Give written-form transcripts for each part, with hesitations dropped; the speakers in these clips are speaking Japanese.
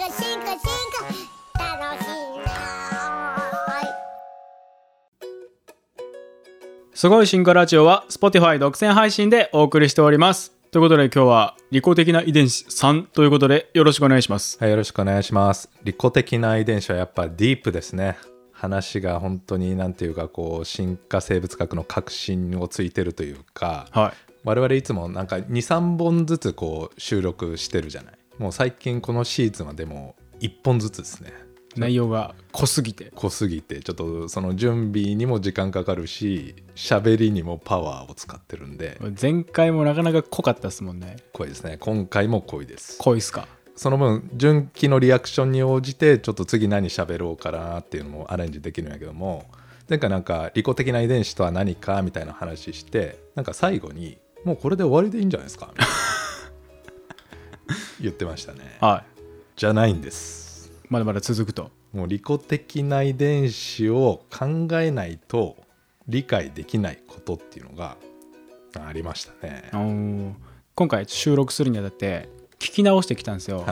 楽しいな。 すごい進化ラジオは Spotify 独占配信でお送りしております。ということで今日は利己的な遺伝子3ということでよろしくお願いします。 はい、よろしくお願いします。利己的な遺伝子はやっぱディープですね。話が本当になんていうかこう進化生物学の革新をついてるというか、 はい、 我々いつもなんか 2,3 本ずつこう収録してるじゃない。もう最近このシーズンはでも1本ずつですね。 内容が濃すぎてちょっとその準備にも時間かかるし、喋りにもパワーを使ってるんで。 前回もなかなか濃かったですもんね。 濃いですね。今回も濃いです。 濃いっすか。 その分純喜のリアクションに応じてちょっと次何喋ろうかなっていうのもアレンジできるんやけども、前回なんか利己的な遺伝子とは何かみたいな話して、なんか最後にもうこれで終わりでいいんじゃないですかみたいな言ってましたね。 はい。 じゃないんです。 まだまだ続くと。 もう利己的な遺伝子を考えないと理解できないことっていうのがありましたね。 今回収録するにあたって聞き直してきたんですよ。 はい、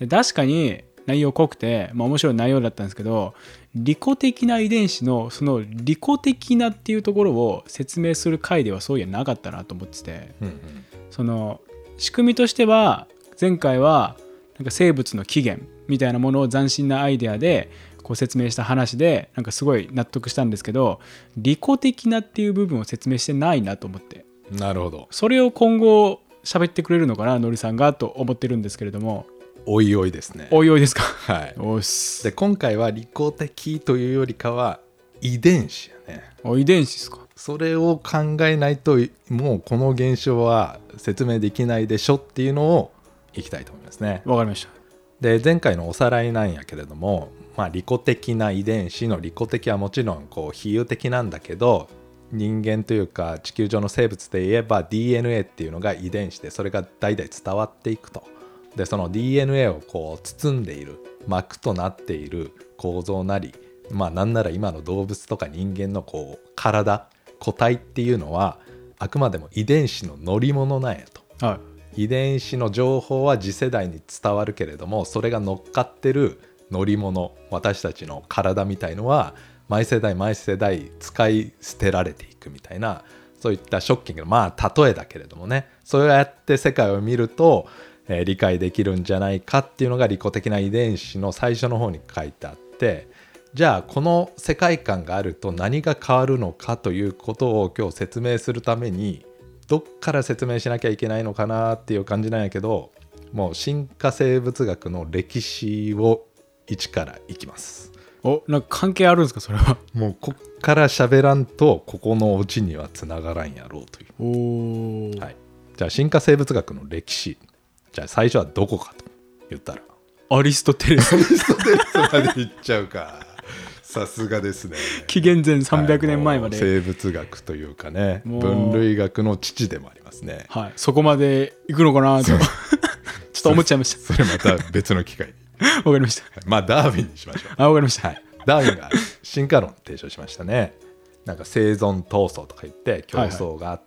で確かに内容濃くて、面白い内容だったんですけど、利己的な遺伝子のその利己的なっていうところを説明する回ではそういやなかったなと思ってて、その仕組みとしては前回はなんか生物の起源みたいなものを斬新なアイデアでこう説明した話で、なんかすごい納得したんですけど、利己的なっていう部分を説明してないなと思って。 なるほど。 それを今後喋ってくれるのかな、のりさんがと思ってるんですけれども。 おいおいですね。 おいおいですか。 はい。 おっす。 で今回は利己的というよりかは遺伝子やね。 遺伝子ですか。 それを考えないともうこの現象は説明できないでしょっていうのをいきたいと思いますね。 わかりました。 で前回のおさらいなんやけれども、利己的な遺伝子の利己的はもちろんこう比喩的なんだけど、人間というか地球上の生物で言えば DNA っていうのが遺伝子で、それが代々伝わっていくと。でその DNA をこう包んでいる膜となっている構造なり、なんなら今の動物とか人間のこう体個体っていうのはあくまでも遺伝子の乗り物なんやと。 はい。 遺伝子の情報は次世代に伝わるけれども、それが乗っかってる乗り物、私たちの体みたいのは毎世代毎世代使い捨てられていくみたいな、そういったショッキングな例えだけれどもね、そうやって世界を見ると、理解できるんじゃないかっていうのが利己的な遺伝子の最初の方に書いてあって、じゃあこの世界観があると何が変わるのかということを今日説明するために、どっから説明しなきゃいけないのかなっていう感じなんやけど、もう進化生物学の歴史を一からいきます。 なんか関係あるんですかそれは。 もうこっから喋らんとここのオチにはつながらんやろうという。はい、じゃあ進化生物学の歴史、じゃあ最初はどこかと言ったらアリストテレス。 アリストテレスまで行っちゃうか。さすがですね。 紀元前300年前まで、 生物学というかね、分類学の父でもありますね。 はい、そこまで行くのかなとちょっと思っちゃいました。 それまた別の機会に。 わかりました。 ダーウィンにしましょう。 わかりました。 ダーウィンが進化論を提唱しましたね。なんか生存闘争とか言って競争があって、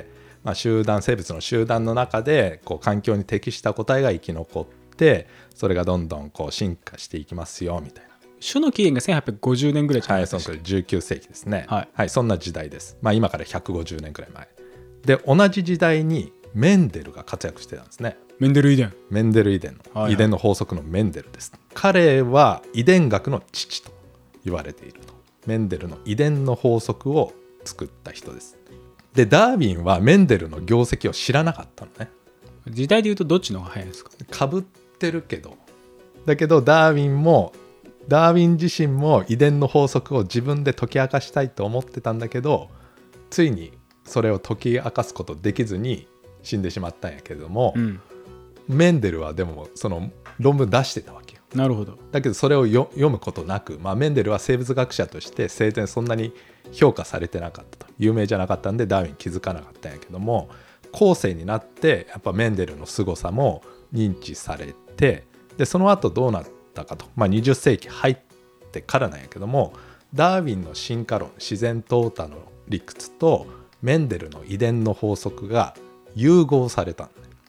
集団、生物の集団の中でこう環境に適した個体が生き残って、それがどんどんこう進化していきますよみたいな。 種の起源が1850年ぐらいじゃないですか。 その19世紀ですね。 はい、 そんな時代です。今から150年くらい前で、同じ時代にメンデルが活躍してたんですね。 メンデル遺伝の遺伝の法則のメンデルです。彼は遺伝学の父と言われていると。メンデルの遺伝の法則を作った人です。でダーウィンはメンデルの業績を知らなかったのね。 時代でいうとどっちの方が早いですか。 かぶってるけど、だけどダーウィン自身も遺伝の法則を自分で解き明かしたいと思ってたんだけど、ついにそれを解き明かすことできずに死んでしまったんやけれども、メンデルはでもその論文出してたわけよ。 なるほど。 だけどそれを読むことなく、メンデルは生物学者として生前そんなに評価されてなかったと、有名じゃなかったんでダーウィン気づかなかったんやけども、後世になってやっぱメンデルの凄さも認知されて、でその後どうなったかと、20世紀入ってからなんやけども、ダーウィンの進化論、自然淘汰の理屈とメンデルの遺伝の法則が融合されたんだね。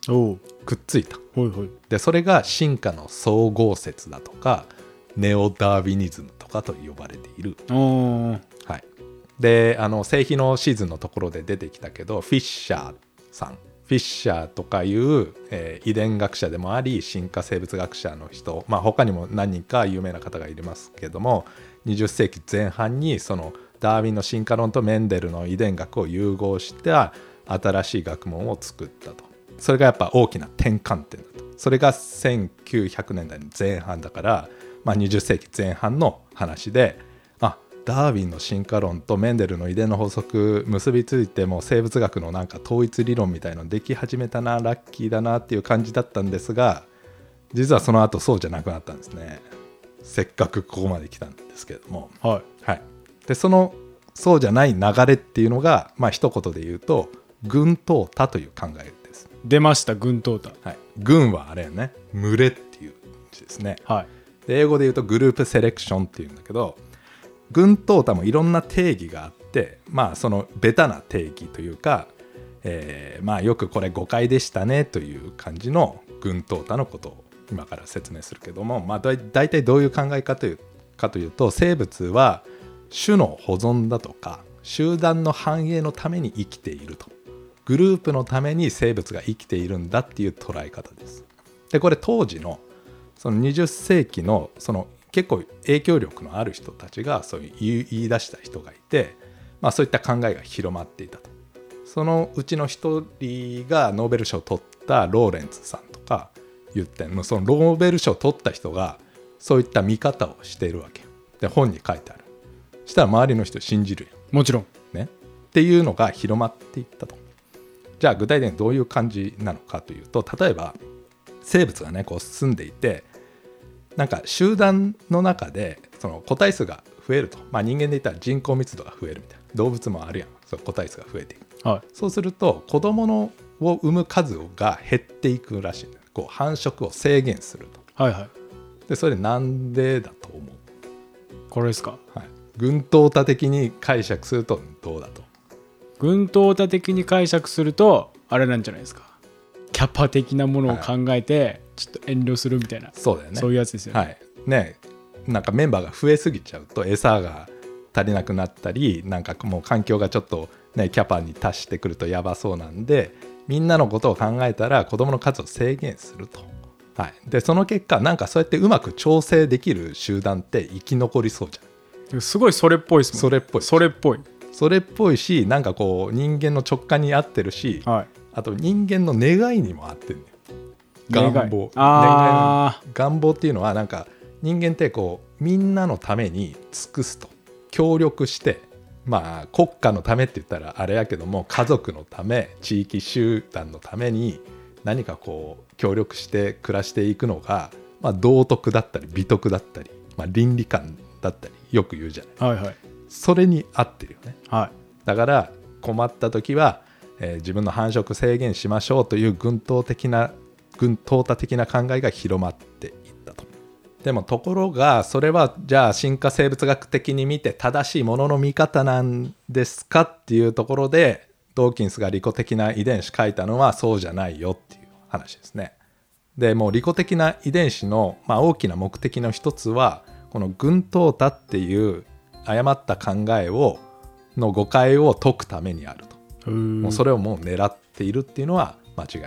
おうくっついた。 ほいほい。 でそれが進化の総合説だとかネオダーウィニズムとかと呼ばれている。 おーはい、で性比のシーズンのところで出てきたけどフィッシャーさん、フィッシャーとかいう、遺伝学者でもあり進化生物学者の人、他にも何人か有名な方がいますけども、20世紀前半にそのダーウィンの進化論とメンデルの遺伝学を融合した新しい学問を作ったと。それがやっぱ大きな転換点だと。それが1900年代の前半だから、20世紀前半の話で、ダーウィンの進化論とメンデルの遺伝の法則結びついても生物学のなんか統一理論みたいのでき始めたな、ラッキーだなっていう感じだったんですが、実はその後そうじゃなくなったんですね。せっかくここまで来たんですけれども、 はいはい、でそうじゃない流れっていうのが、一言で言うと群淘汰という考えです。 出ました、群淘汰。 はい、群はあれよね、群れっていう字ですね。 はい。 で英語で言うとグループセレクションっていうんだけど、群淘汰もいろんな定義があって、そのベタな定義というか、よくこれ誤解でしたねという感じの群淘汰のことを今から説明するけども、だいたいどういう考えかというと、生物は種の保存だとか集団の繁栄のために生きていると、グループのために生物が生きているんだっていう捉え方です。でこれ当時のその20世紀のその結構影響力のある人たちがそういう言い出した人がいて、そういった考えが広まっていたと。そのうちの一人がノーベル賞を取ったローレンツさんとか言ってんの、そのノーベル賞を取った人がそういった見方をしているわけで、本に書いてある。したら周りの人信じるよ、 もちろんね、っていうのが広まっていったと。じゃあ具体的にどういう感じなのかというと、例えば生物がねこう住んでいて、なんか集団の中でその個体数が増えると、人間で言ったら人口密度が増えるみたいな、動物もあるやん、その個体数が増えていく、 はい、 そうすると子供を産む数が減っていくらしいんだよ。こう繁殖を制限すると。 はいはい。 でそれなんでだと思う？ これですか。 はい、群淘汰的に解釈するとどうだと？ 群淘汰的に解釈するとあれなんじゃないですか、キャパ的なものを考えてちょっと遠慮するみたいな、 そうだよね、 そういうやつですよね。 はい、ね、なんかメンバーが増えすぎちゃうと餌が足りなくなったり、なんかもう環境がちょっと、ね、キャパに達してくるとやばそうなんで、みんなのことを考えたら子供の数を制限すると。はい、でその結果なんかそうやってうまく調整できる集団って生き残りそうじゃん。 すごいそれっぽいですもん。 それっぽいそれっぽい。 それっぽいし、なんかこう人間の直感に合ってるし、 はい、 あと人間の願いにも合ってるね。願望。願望っていうのはなんか人間ってこうみんなのために尽くすと、協力して、国家のためって言ったらあれやけども、家族のため、地域集団のために何かこう協力して暮らしていくのが、道徳だったり美徳だったり、倫理観だったりよく言うじゃない。 はいはい、 それに合ってるよね。 はい、 だから困った時は、自分の繁殖制限しましょうという群淘汰的な考えが広まっていったと。でもところがそれはじゃあ進化生物学的に見て正しいものの見方なんですかっていうところで、ドーキンスが利己的な遺伝子書いたのはそうじゃないよっていう話ですね。でもう利己的な遺伝子の、大きな目的の一つはこの群淘汰っていう誤った考えの誤解を解くためにあると。もうそれをもう狙っているっていうのは間違いない。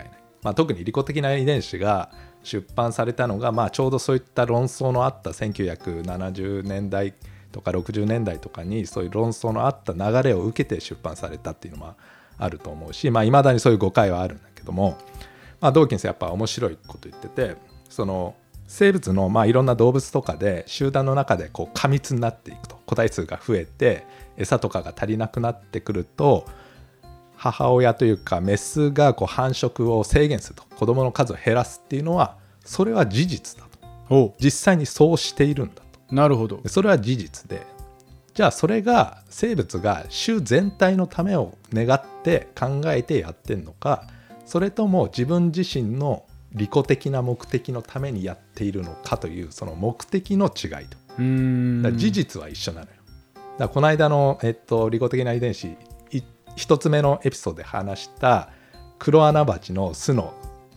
特に利己的な遺伝子が出版されたのが、ちょうどそういった論争のあった1970年代とか60年代とかにそういう論争のあった流れを受けて出版されたっていうのもあると思うし、いまだにそういう誤解はあるんだけども、ドーキンスやっぱ面白いこと言ってて、その生物のいろんな動物とかで集団の中でこう過密になっていくと、個体数が増えて餌とかが足りなくなってくると、母親というかメスがこう繁殖を制限すると、子供の数を減らすっていうのはそれは事実だと。実際にそうしているんだと。 なるほど。 それは事実で、じゃあそれが生物が種全体のためを願って考えてやってんのか、それとも自分自身の利己的な目的のためにやっているのかという、その目的の違いと。だから事実は一緒なのよ。だからこの間の、利己的な遺伝子一つ目のエピソードで話したクロアナバチの巣の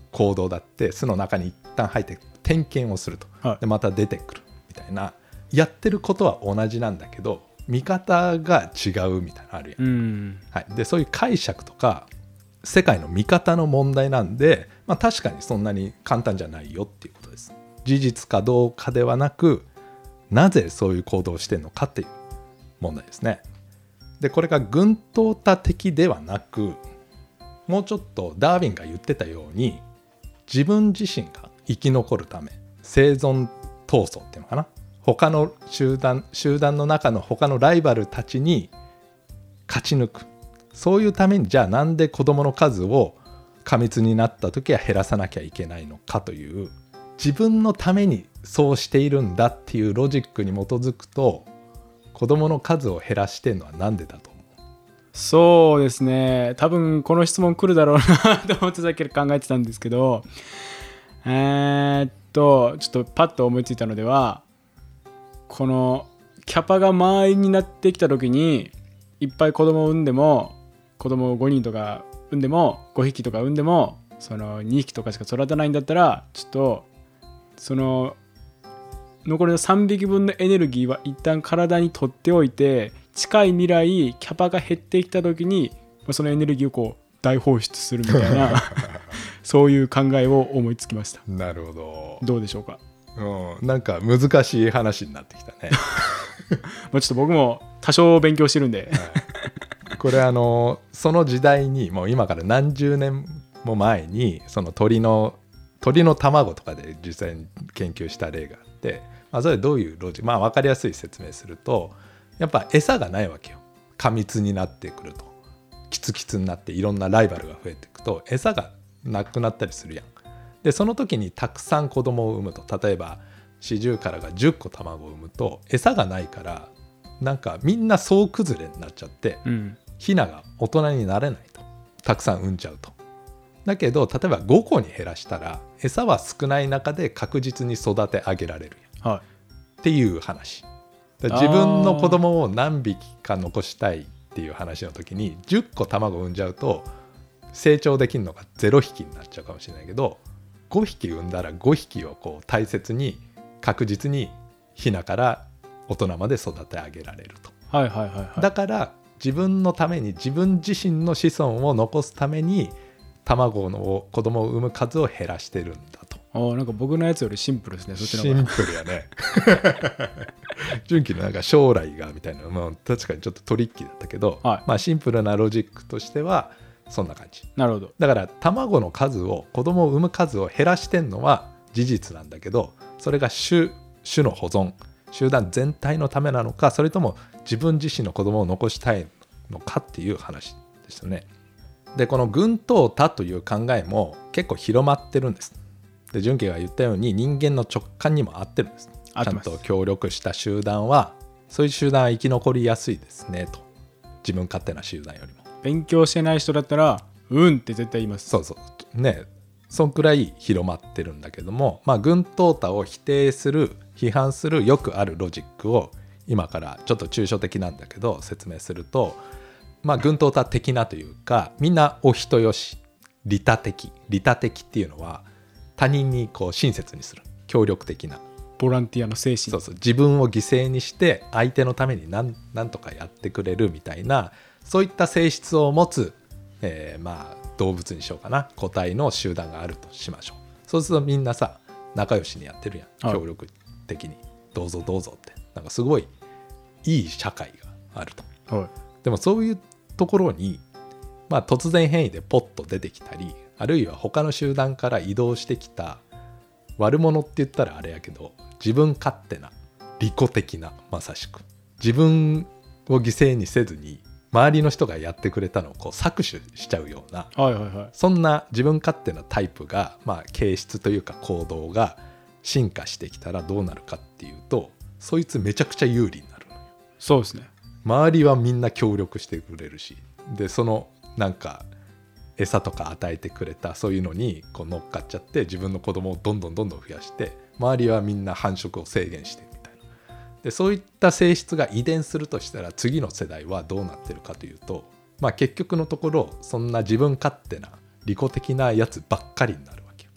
行動だって巣の中に一旦入って点検をすると、 はい、 でまた出てくるみたいな、やってることは同じなんだけど見方が違うみたいなのあるやん、はい、でそういう解釈とか世界の見方の問題なんで、確かにそんなに簡単じゃないよっていうことです。事実かどうかではなく、なぜそういう行動をしてるのかっていう問題ですね。でこれが群島多的ではなく、もうちょっとダーウィンが言ってたように自分自身が生き残るため、生存闘争っていうのかな、他の集団の中の他のライバルたちに勝ち抜く、そういうためにじゃあなんで子どもの数を過密になった時は減らさなきゃいけないのかという、自分のためにそうしているんだっていうロジックに基づくと、子どもの数を減らしてるのはなんでだと思う？ そうですね、多分この質問来るだろうなと思ってさっき考えてたんですけど、ちょっとパッと思いついたのでは、このキャパが満員になってきた時にいっぱい子供を産んでも、子供を5人とか産んでも5匹とか産んでもその2匹とかしか育たないんだったら、ちょっとその残りの3匹分のエネルギーは一旦体に取っておいて、近い未来キャパが減ってきた時にそのエネルギーをこう大放出するみたいなそういう考えを思いつきました。 なるほど。 どうでしょうか？ なんか難しい話になってきたねちょっと僕も多少勉強してるんで、 はい、これその時代にもう今から何十年も前にその鳥の卵とかで実際に研究した例があって、それどういうロジック、分かりやすい説明すると、やっぱ餌がないわけよ。過密になってくるとキツキツになっていろんなライバルが増えていくと餌がなくなったりするやん。でその時にたくさん子供を産むと、例えばシジュウカラが10個卵を産むと餌がないからなんかみんな総崩れになっちゃって、ヒナが大人になれないと、たくさん産んじゃうと。だけど例えば5個に減らしたら餌は少ない中で確実に育て上げられるやん、っていう話。自分の子供を何匹か残したいっていう話の時に10個卵を産んじゃうと成長できるのが0匹になっちゃうかもしれないけど、5匹産んだら5匹をこう大切に確実にヒナから大人まで育て上げられると。だから自分のために、自分自身の子孫を残すために卵の子供を産む数を減らしてるんだと。 なんか僕のやつよりシンプルですね。そっちのシンプルやね純喜のなんか将来がみたいな、確かにちょっとトリッキーだったけど、シンプルなロジックとしてはそんな感じ。 なるほど。 だから卵の数を、子供を産む数を減らしてんのは事実なんだけど、それが種の保存、集団全体のためなのか、それとも自分自身の子供を残したいのかっていう話ですよね。でこの群島多という考えも結構広まってるんです。で純喜が言ったように人間の直感にも合ってるんです。ちゃんと協力した集団は、そういう集団は生き残りやすいですねと。自分勝手な集団よりも。 勉強してない人だったらうんって絶対言います。 そうね、そんくらい広まってるんだけども、群島多を否定する、批判するよくあるロジックを今からちょっと抽象的なんだけど説明すると、群島多的なというか、みんなお人よし、利他的っていうのは他人にこう親切にする、協力的な、 ボランティアの精神。 自分を犠牲にして相手のために何とかやってくれるみたいな、そういった性質を持つ、動物にしようかな、個体の集団があるとしましょう。そうするとみんなさ仲良しにやってるやん、協力的にどうぞどうぞって、なんかすごいいい社会があると、でもそういうところに、突然変異でポッと出てきたり、あるいは他の集団から移動してきた悪者って言ったらあれやけど、自分勝手な利己的な、まさしく自分を犠牲にせずに周りの人がやってくれたのをこう搾取しちゃうような、そんな自分勝手なタイプが、形質というか行動が進化してきたらどうなるかっていうと、そいつめちゃくちゃ有利になるのよ。 そうですね。 周りはみんな協力してくれるし、でそのなんか餌とか与えてくれたそういうのにこう乗っかっちゃって、自分の子供をどんどん増やして、周りはみんな繁殖を制限してみたいな。でそういった性質が遺伝するとしたら、次の世代はどうなってるかというと、結局のところそんな自分勝手な利己的なやつばっかりになるわけよ。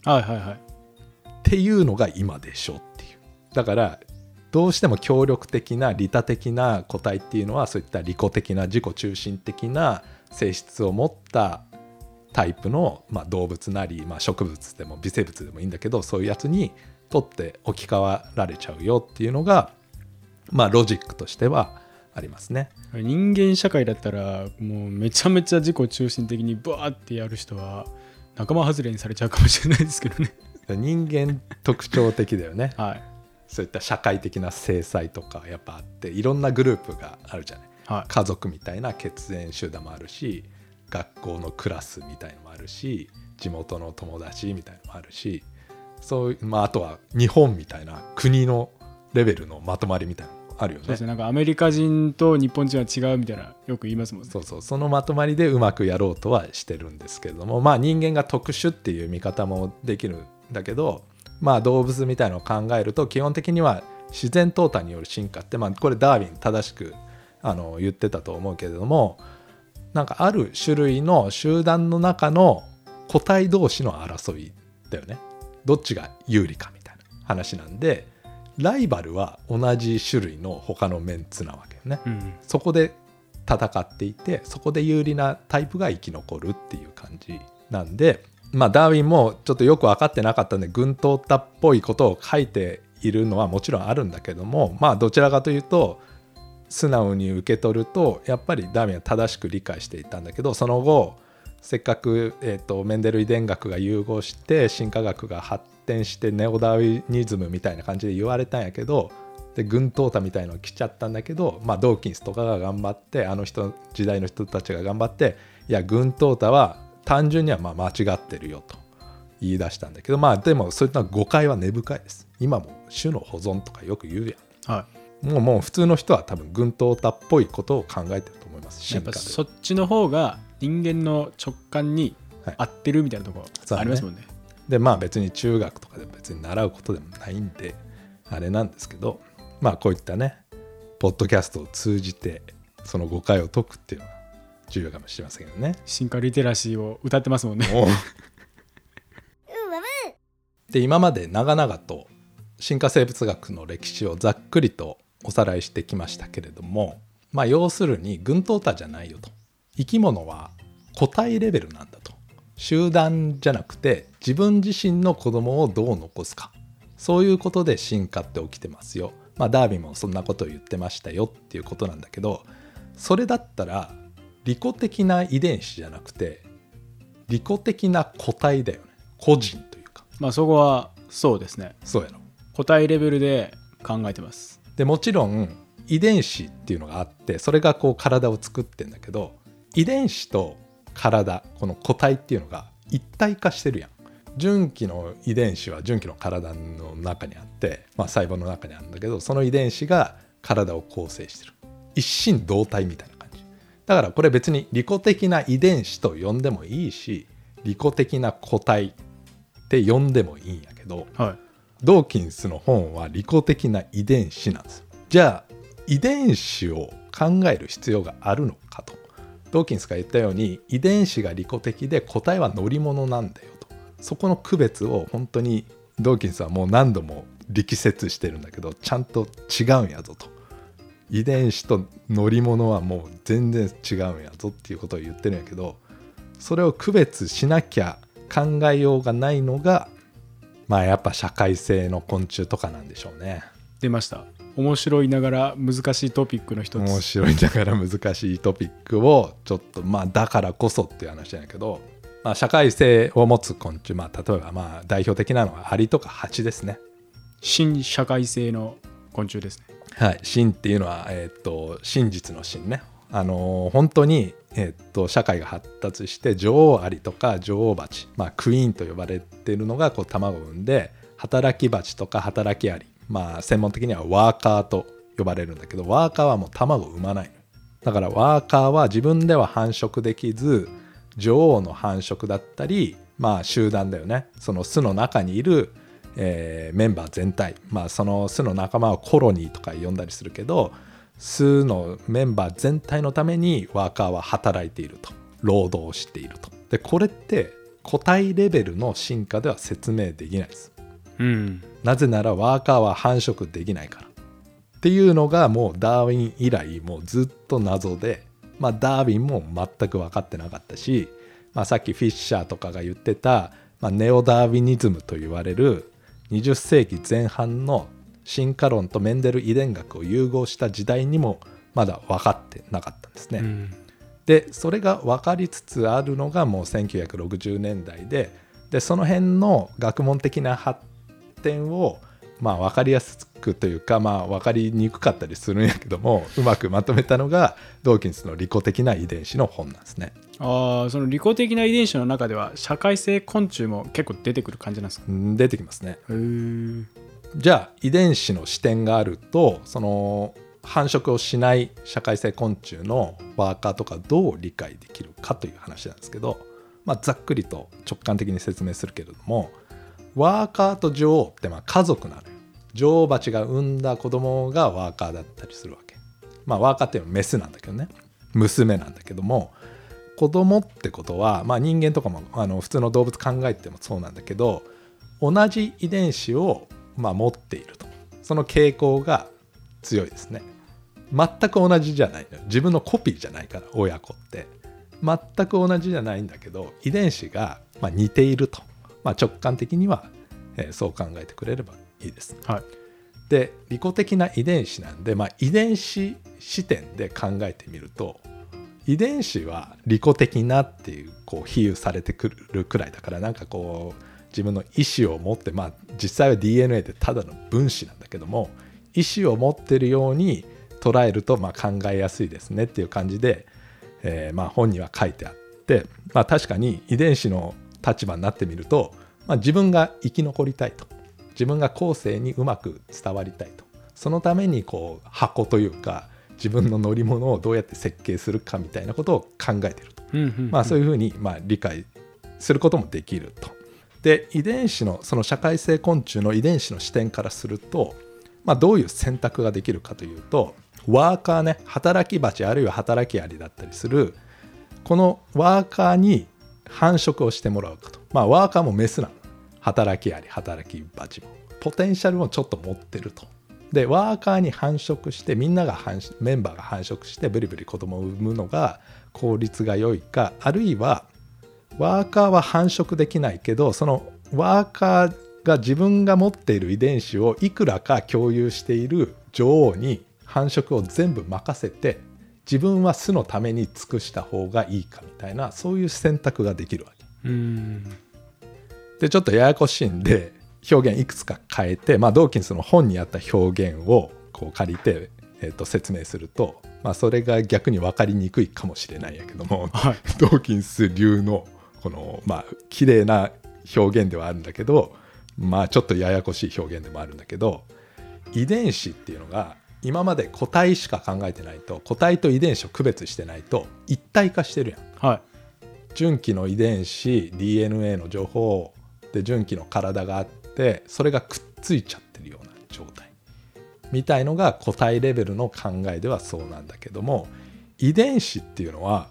はいはいはい。 っていうのが今でしょっていう。だからどうしても協力的な利他的な個体っていうのはそういった利己的な自己中心的な性質を持ったタイプの、動物なり、植物でも微生物でもいいんだけど、そういうやつにとって置き換わられちゃうよっていうのが、ロジックとしてはありますね。 人間社会だったらもうめちゃめちゃ自己中心的にバーってやる人は仲間外れにされちゃうかもしれないですけどね。 人間特徴的だよね。 はい。 そういった社会的な制裁とかやっぱあって、いろんなグループがあるじゃない、はい、家族みたいな血縁集団もあるし、学校のクラスみたいのもあるし、地元の友達みたいのもあるし、そういう、あとは日本みたいな国のレベルのまとまりみたいなのもあるよね。 そうですね。なんかアメリカ人と日本人は違うみたいなよく言いますもんね。 そのまとまりでうまくやろうとはしてるんですけれども、人間が特殊っていう見方もできるんだけど、動物みたいなのを考えると基本的には自然淘汰による進化って、これダーウィン正しく言ってたと思うけれども、なんかある種類の集団の中の個体同士の争いだよね。どっちが有利かみたいな話なんで、ライバルは同じ種類の他のメンツなわけよね、そこで戦っていて、そこで有利なタイプが生き残るっていう感じなんで、ダーウィンもちょっとよく分かってなかったんで群淘汰っぽいことを書いているのはもちろんあるんだけども、どちらかというと素直に受け取るとやっぱりダーウィンは正しく理解していたんだけど、その後せっかく、メンデル遺伝学が融合して進化学が発展してネオダーウィニズムみたいな感じで言われたんやけど、で群淘汰みたいの来ちゃったんだけど、ドーキンスとかが頑張って、時代の人たちが頑張って、いや群淘汰は単純には間違ってるよと言い出したんだけど、でもそういった誤解は根深いです。今も種の保存とかよく言うやん、はい、もう普通の人は多分群淘汰っぽいことを考えてると思います。 やっぱそっちの方が人間の直感に合ってるみたいなところありますもんね。 で別に中学とかで別に習うことでもないんであれなんですけど、こういったねポッドキャストを通じてその誤解を解くっていうのは重要かもしれませんけどね。 進化リテラシーを歌ってますもんね。 で今まで長々と進化生物学の歴史をざっくりとおさらいしてきましたけれども、要するに群淘汰じゃないよと。生き物は個体レベルなんだと。集団じゃなくて自分自身の子供をどう残すか、そういうことで進化って起きてますよ。ダーウィンもそんなことを言ってましたよっていうことなんだけど、それだったら利己的な遺伝子じゃなくて利己的な個体だよね。個人というか、 そこはそうですね。 そうやろ。 個体レベルで考えてます。 でもちろん遺伝子っていうのがあって、それがこう体を作ってんだけど、遺伝子と体、この個体っていうのが一体化してるやん。純基の遺伝子は純基の体の中にあって、細胞の中にあるんだけど、その遺伝子が体を構成してる。一心同体みたいな感じだから、これ別に利己的な遺伝子と呼んでもいいし、利己的な個体って呼んでもいいんやけど、ドーキンスの本は利己的な遺伝子なんです。じゃあ遺伝子を考える必要があるのかと。ドーキンスが言ったように遺伝子が利己的で個体は乗り物なんだよと。そこの区別を本当にドーキンスはもう何度も力説してるんだけど、ちゃんと違うんやぞと。遺伝子と乗り物はもう全然違うんやぞっていうことを言ってるんやけど、それを区別しなきゃ考えようがないのが、やっぱ社会性の昆虫とかなんでしょうね。 出ました。面白いながら難しいトピックの一つ。 面白いながら難しいトピックをちょっとだからこそっていう話なんやけど、社会性を持つ昆虫、例えば代表的なのはアリとかハチですね。 新社会性の昆虫ですね。 はい、真っていうのは、真実の真ね。本当に、社会が発達して女王アリとか女王バチ、クイーンと呼ばれているのがこう卵を産んで、働きバチとか働きアリ、専門的にはワーカーと呼ばれるんだけど、ワーカーはもう卵を産まない。だからワーカーは自分では繁殖できず、女王の繁殖だったり、集団だよね。その巣の中にいる、メンバー全体、その巣の仲間をコロニーとか呼んだりするけど、巣のメンバー全体のためにワーカーは働いていると、労働をしていると。でこれって個体レベルの進化では説明できないです。 うん、 なぜならワーカーは繁殖できないからっていうのがもうダーウィン以来もうずっと謎で、ダーウィンも全く分かってなかったし、さっきフィッシャーとかが言ってた、ネオダーウィニズムと言われる20世紀前半の進化論とメンデル遺伝学を融合した時代にもまだ分かってなかったんですね。でそれが分かりつつあるのがもう1960年代で、その辺の学問的な発展を分かりやすくというか、分かりにくかったりするんやけども、うまくまとめたのがドーキンスの利己的な遺伝子の本なんですね。 その利己的な遺伝子の中では社会性昆虫も結構出てくる感じなんですか？ 出てきますね。 へー。 じゃあ遺伝子の視点があると、その繁殖をしない社会性昆虫のワーカーとかどう理解できるかという話なんですけど、ざっくりと直感的に説明するけれども、ワーカーと女王って家族なのよ。女王蜂が産んだ子供がワーカーだったりするわけ。ワーカーっていうのはメスなんだけどね、娘なんだけども、子供ってことは、人間とかも普通の動物考えてもそうなんだけど、同じ遺伝子を持っていると、その傾向が強いですね。全く同じじゃないのよ。自分のコピーじゃないから、親子って全く同じじゃないんだけど、遺伝子が似ていると、直感的には、そう考えてくれればいいです、 はい。 で利己的な遺伝子なんで、遺伝子視点で考えてみると、遺伝子は利己的なっていう比喩されてくるくらいだから、自分の意思を持って、実際は DNA でただの分子なんだけども、意思を持ってるように捉えると考えやすいですねっていう感じで、本には書いてあって、確かに遺伝子の立場になってみると、自分が生き残りたいと、自分が後世にうまく伝わりたいと、そのために箱というか自分の乗り物をどうやって設計するかみたいなことを考えていると、そういうふうに理解することもできると。で遺伝子のその社会性昆虫の遺伝子の視点からすると、どういう選択ができるかというと、ワーカーね、働き蜂あるいは働きアリだったりするこのワーカーに繁殖をしてもらうかと。ワーカーもメスなの。働きアリ働き蜂もポテンシャルもちょっと持ってると。でワーカーに繁殖して、みんながメンバーが繁殖してブリブリ子供を産むのが効率が良いか、あるいはワーカーは繁殖できないけど、そのワーカーが自分が持っている遺伝子をいくらか共有している女王に繁殖を全部任せて、自分は巣のために尽くした方がいいかみたいな、そういう選択ができるわけ。でちょっとややこしいんで表現いくつか変えて、ドーキンスの本にあった表現を借りて、説明すると、それが逆に分かりにくいかもしれないんやけども、はい、ドーキンス流のこの綺麗な表現ではあるんだけど、ちょっとややこしい表現でもあるんだけど、遺伝子っていうのが今まで個体しか考えてないと、個体と遺伝子を区別してないと一体化してるやん。はい、純基の遺伝子 DNA の情報で純基の体があって、それがくっついちゃってるような状態みたいのが個体レベルの考えではそうなんだけども、遺伝子っていうのは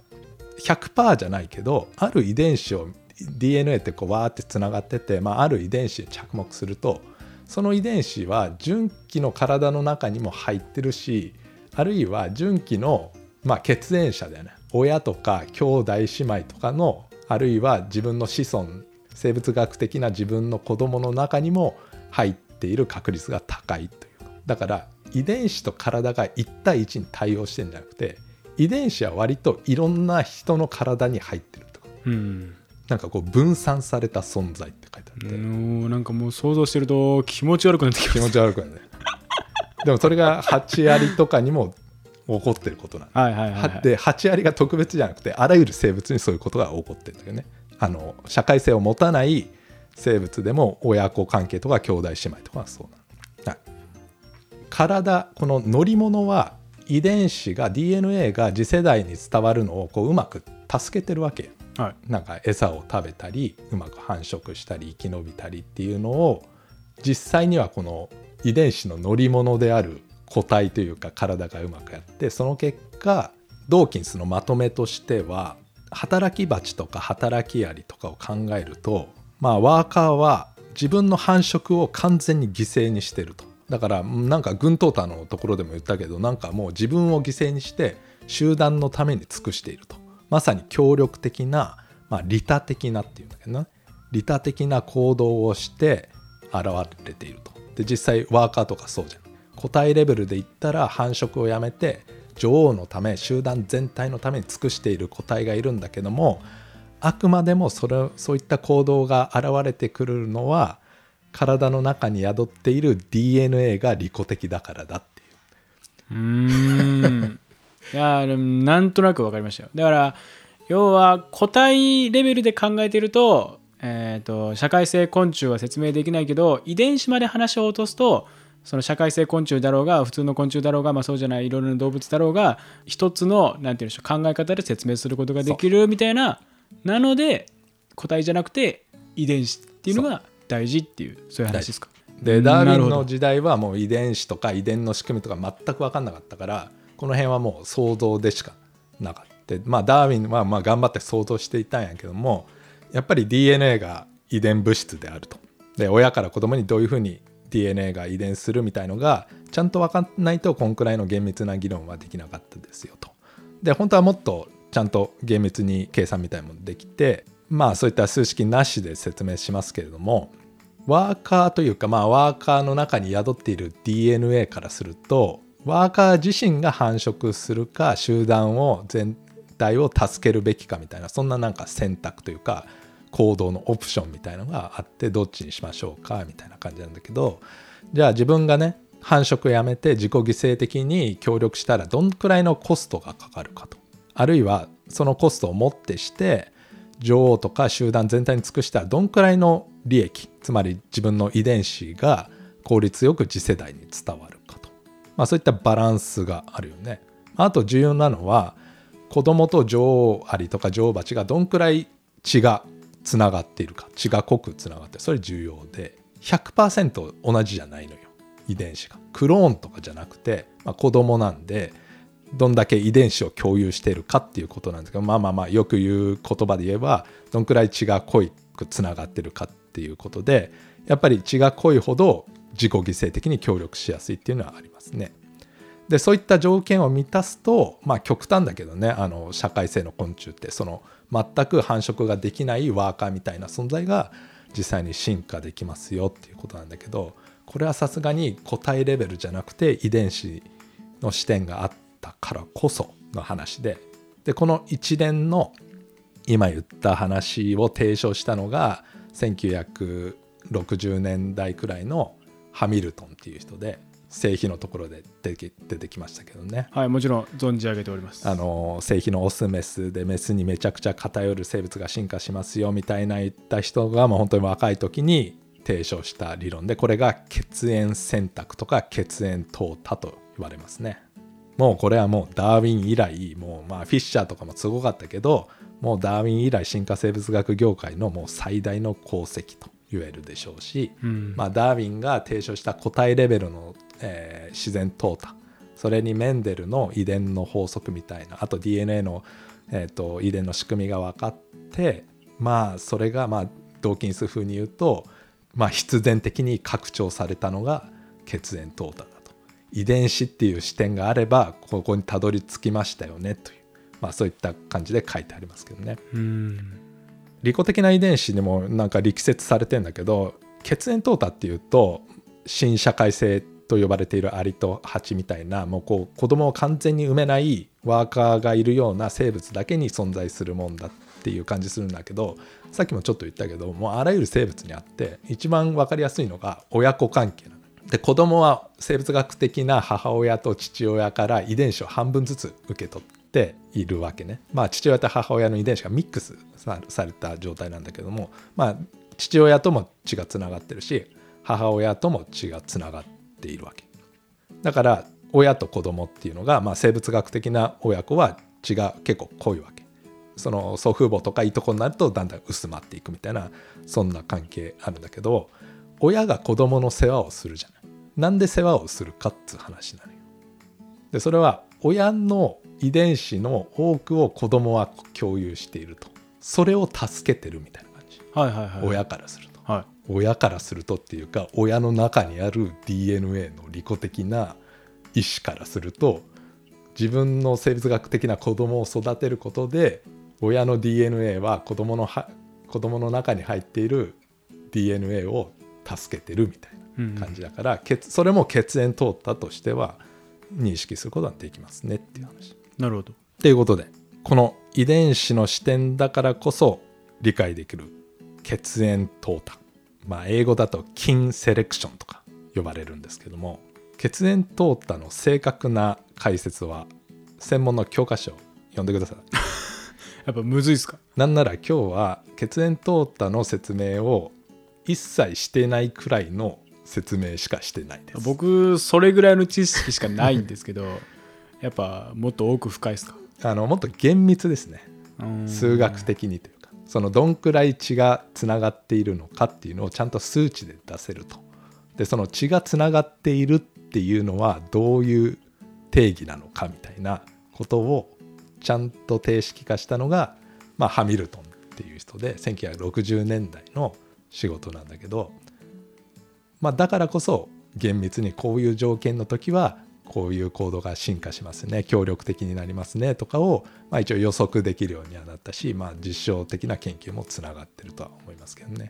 100% じゃないけど、ある遺伝子を DNA ってわーってつながってて、ある遺伝子に着目すると、その遺伝子は純基の体の中にも入ってるし、あるいは純基の血縁者だよね、親とか兄弟姉妹とかの、あるいは自分の子孫、生物学的な自分の子供の中にも入っている確率が高いという。だから遺伝子と体が1対1に対応してるんじゃなくて、遺伝子は割といろんな人の体に入ってるとか、なんか分散された存在って書いてあって、 なんかもう想像してると気持ち悪くなってきます。 気持ち悪くなるねでもそれが蜂アリとかにも起こってることなんで、で蜂アリが特別じゃなくて、あらゆる生物にそういうことが起こってるんだけどね。社会性を持たない生物でも親子関係とか兄弟姉妹とかはそうなの。体、この乗り物は遺伝子が DNA が次世代に伝わるのをうまく助けてるわけよ。なんか餌を食べたりうまく繁殖したり生き延びたりっていうのを、実際にはこの遺伝子の乗り物である個体というか体がうまくやって、その結果ドーキンスのまとめとしては、 働き蜂とか働きアリとかを考えると、ワーカーは自分の繁殖を完全に犠牲にしてると。だからなんか軍闘タのところでも言ったけど、なんかもう自分を犠牲にして集団のために尽くしていると。まさに協力的な、利他的なっていうんだけどね、利他的な行動をして現れていると。で実際ワーカーとかそうじゃん。個体レベルで言ったら繁殖をやめて女王のため、集団全体のために尽くしている個体がいるんだけども、あくまでもそういった行動が現れてくるのは体の中に宿っている DNA が利己的だからだっていう。 いやなんとなく分かりましたよ。だから要は個体レベルで考えていると、社会性昆虫は説明できないけど、遺伝子まで話を落とすと、その社会性昆虫だろうが普通の昆虫だろうが、そうじゃないいろいろな動物だろうが、一つのなんていうんでしょう、考え方で説明することができるみたいな。なので個体じゃなくて遺伝子っていうのが大事っていう、そういう話ですか。 でダーウィンの時代はもう遺伝子とか遺伝の仕組みとか全く分かんなかったから、この辺はもう想像でしかなかった。ダーウィンは頑張って想像していたんやけども、やっぱり DNA が遺伝物質であると。で親から子供にどういうふうに DNA が遺伝するみたいのがちゃんと分かんないと、こんくらいの厳密な議論はできなかったですよと。で本当はもっとちゃんと厳密に計算みたいなものできて、そういった数式なしで説明しますけれども、ワーカーというか、ワーカーの中に宿っている DNA からすると、ワーカー自身が繁殖するか集団を全体を助けるべきかみたいな、そんななんか選択というか行動のオプションみたいなのがあって、どっちにしましょうかみたいな感じなんだけど、じゃあ自分がね繁殖やめて自己犠牲的に協力したらどんくらいのコストがかかるかと。あるいはそのコストをもってして女王とか集団全体に尽くしたらどんくらいの利益、つまり自分の遺伝子が効率よく次世代に伝わるかと。そういったバランスがあるよね。あと重要なのは、子供と女王アリとか女王蜂がどんくらい血がつながっているか、血が濃くつながってる、それ重要で、 100% 同じじゃないのよ遺伝子が。クローンとかじゃなくて、子供なんでどんだけ遺伝子を共有しているかっていうことなんですけど、よく言う言葉で言えば、どんくらい血が濃くつながってるかっていうことで、やっぱり血が濃いほど自己犠牲的に協力しやすいっていうのはありますね。でそういった条件を満たすと、極端だけどね、社会性の昆虫ってその全く繁殖ができないワーカーみたいな存在が実際に進化できますよっていうことなんだけど、これはさすがに個体レベルじゃなくて遺伝子の視点があったからこその話で、この一連の今言った話を提唱したのが1960年代くらいのハミルトンっていう人で、性比のところで出てきましたけどね。 はい、もちろん存じ上げております。 性比のオスメスでメスにめちゃくちゃ偏る生物が進化しますよみたいな言った人が本当に若い時に提唱した理論で、これが血縁選択とか血縁淘汰と言われますね。もうこれはもうダーウィン以来、もうフィッシャーとかもすごかったけど、もうダーウィン以来進化生物学業界のもう最大の功績と言えるでしょうし、ダーウィンが提唱した個体レベルの自然淘汰、それにメンデルの遺伝の法則みたいな、あと DNA の、遺伝の仕組みが分かって、それがドーキンス風に言うと、必然的に拡張されたのが血縁淘汰だと。遺伝子っていう視点があればここにたどり着きましたよねという、そういった感じで書いてありますけどね。利己的な遺伝子にもなんか力説されてるんだけど、血縁淘汰っていうと新社会性と呼ばれているアリとハチみたいな、もう子供を完全に産めないワーカーがいるような生物だけに存在するもんだっていう感じするんだけど、さっきもちょっと言ったけど、もうあらゆる生物にあって一番分かりやすいのが親子関係なので、子供は生物学的な母親と父親から遺伝子を半分ずつ受け取っているわけね。父親と母親の遺伝子がミックスされた状態なんだけども、父親とも血がつながってるし、母親とも血がつながっているわけだから、親と子供っていうのが、生物学的な親子は血が結構濃いわけ。その祖父母とかいとこになるとだんだん薄まっていくみたいな、そんな関係あるんだけど、親が子供の世話をするじゃない。なんで世話をするかっていう話なのよ。でそれは親の遺伝子の多くを子供は共有していると、それを助けてるみたいな感じ、 はいはいはい、 親からすると、 はい、 親からするとっていうか、親の中にある DNA の利己的な意思からすると、自分の生物学的な子供を育てることで親の DNA は子供の中に入っている DNA を助けてるみたいな感じだから、それも血縁淘汰としては認識することができますねっていう話。 なるほど。 ということで、この遺伝子の視点だからこそ理解できる血縁淘汰、英語だとキンセレクションとか呼ばれるんですけども、血縁淘汰の正確な解説は専門の教科書を読んでください。 やっぱむずいっすか？ なんなら今日は血縁淘汰の説明を一切してないくらいの説明しかしてないです。 僕それぐらいの知識しかないんですけどやっぱもっと奥深いですか？ もっと厳密ですね。数学的にというか、そのどんくらい血がつながっているのかっていうのをちゃんと数値で出せると。でその血がつながっているっていうのはどういう定義なのかみたいなことをちゃんと定式化したのが、ハミルトンっていう人で1960年代の仕事なんだけど、だからこそ厳密にこういう条件の時はこういう行動が進化しますね、協力的になりますねとかを、一応予測できるようにはなったし、実証的な研究もつながってるとは思いますけどね。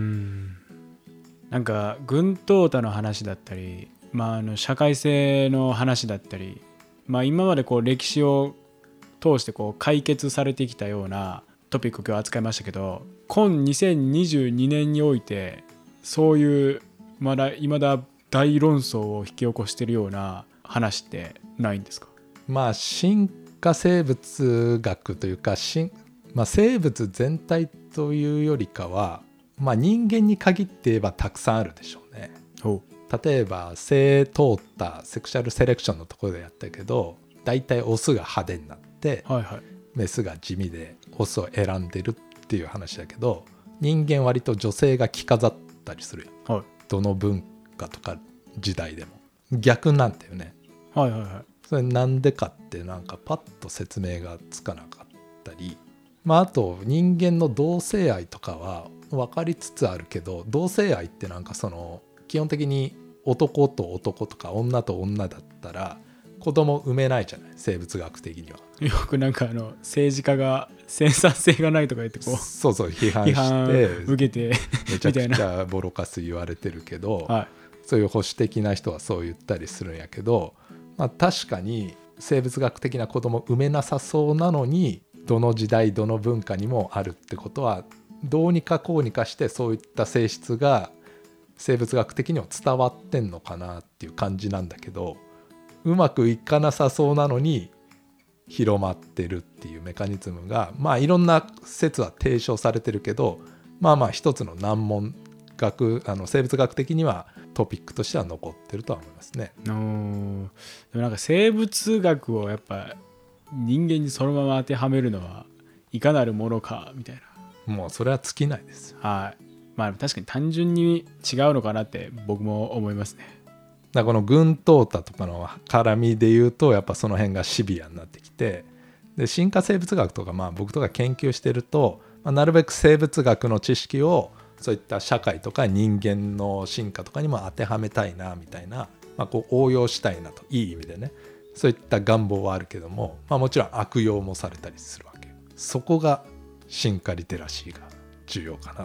なんか群淘汰の話だったり、社会性の話だったり、今まで歴史を通して解決されてきたようなトピックを今日扱いましたけど、今2022年においてそういういまだ大論争を引き起こしているような話ってないんですか？ 進化生物学というか、生物全体というよりかは、人間に限って言えばたくさんあるでしょうね。例えば性淘汰、セクシャルセレクションのところでやったけど、だいたいオスが派手になって、メスが地味でオスを選んでるっていう話だけど、人間割と女性が着飾ったりするよ、どの文化とか時代でも。逆なんだよね。それなんでかってパッと説明がつかなかったり、あと人間の同性愛とかは分かりつつあるけど、同性愛って基本的に男と男とか女と女だったら子供産めないじゃない、生物学的には。 よく政治家が生産性がないとか言ってそう批判して受けてめちゃくちゃボロカス言われてるけど、そういう保守的な人はそう言ったりするんやけど、確かに生物学的な子供産めなさそうなのに、どの時代どの文化にもあるってことは、どうにかこうにかしてそういった性質が生物学的には伝わってんのかなっていう感じなんだけど、うまくいかなさそうなのに広まってるっていうメカニズムが、いろんな説は提唱されてるけど、一つの難問学、生物学的にはトピックとしては残ってるとは思いますね。 でも生物学をやっぱ人間にそのまま当てはめるのはいかなるものかみたいな。 もうそれは尽きないです。 確かに単純に違うのかなって僕も思いますね。 この群淘汰とかの絡みで言うと、やっぱその辺がシビアになってきて、で進化生物学とか僕とか研究してると、なるべく生物学の知識をそういった社会とか人間の進化とかにも当てはめたいなみたいな、応用したいなと、いい意味でね、そういった願望はあるけども、もちろん悪用もされたりするわけ。そこが進化リテラシーが重要かな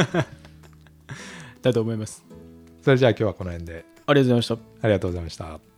だと思います。 それじゃあ今日はこの辺で。 ありがとうございました。 ありがとうございました。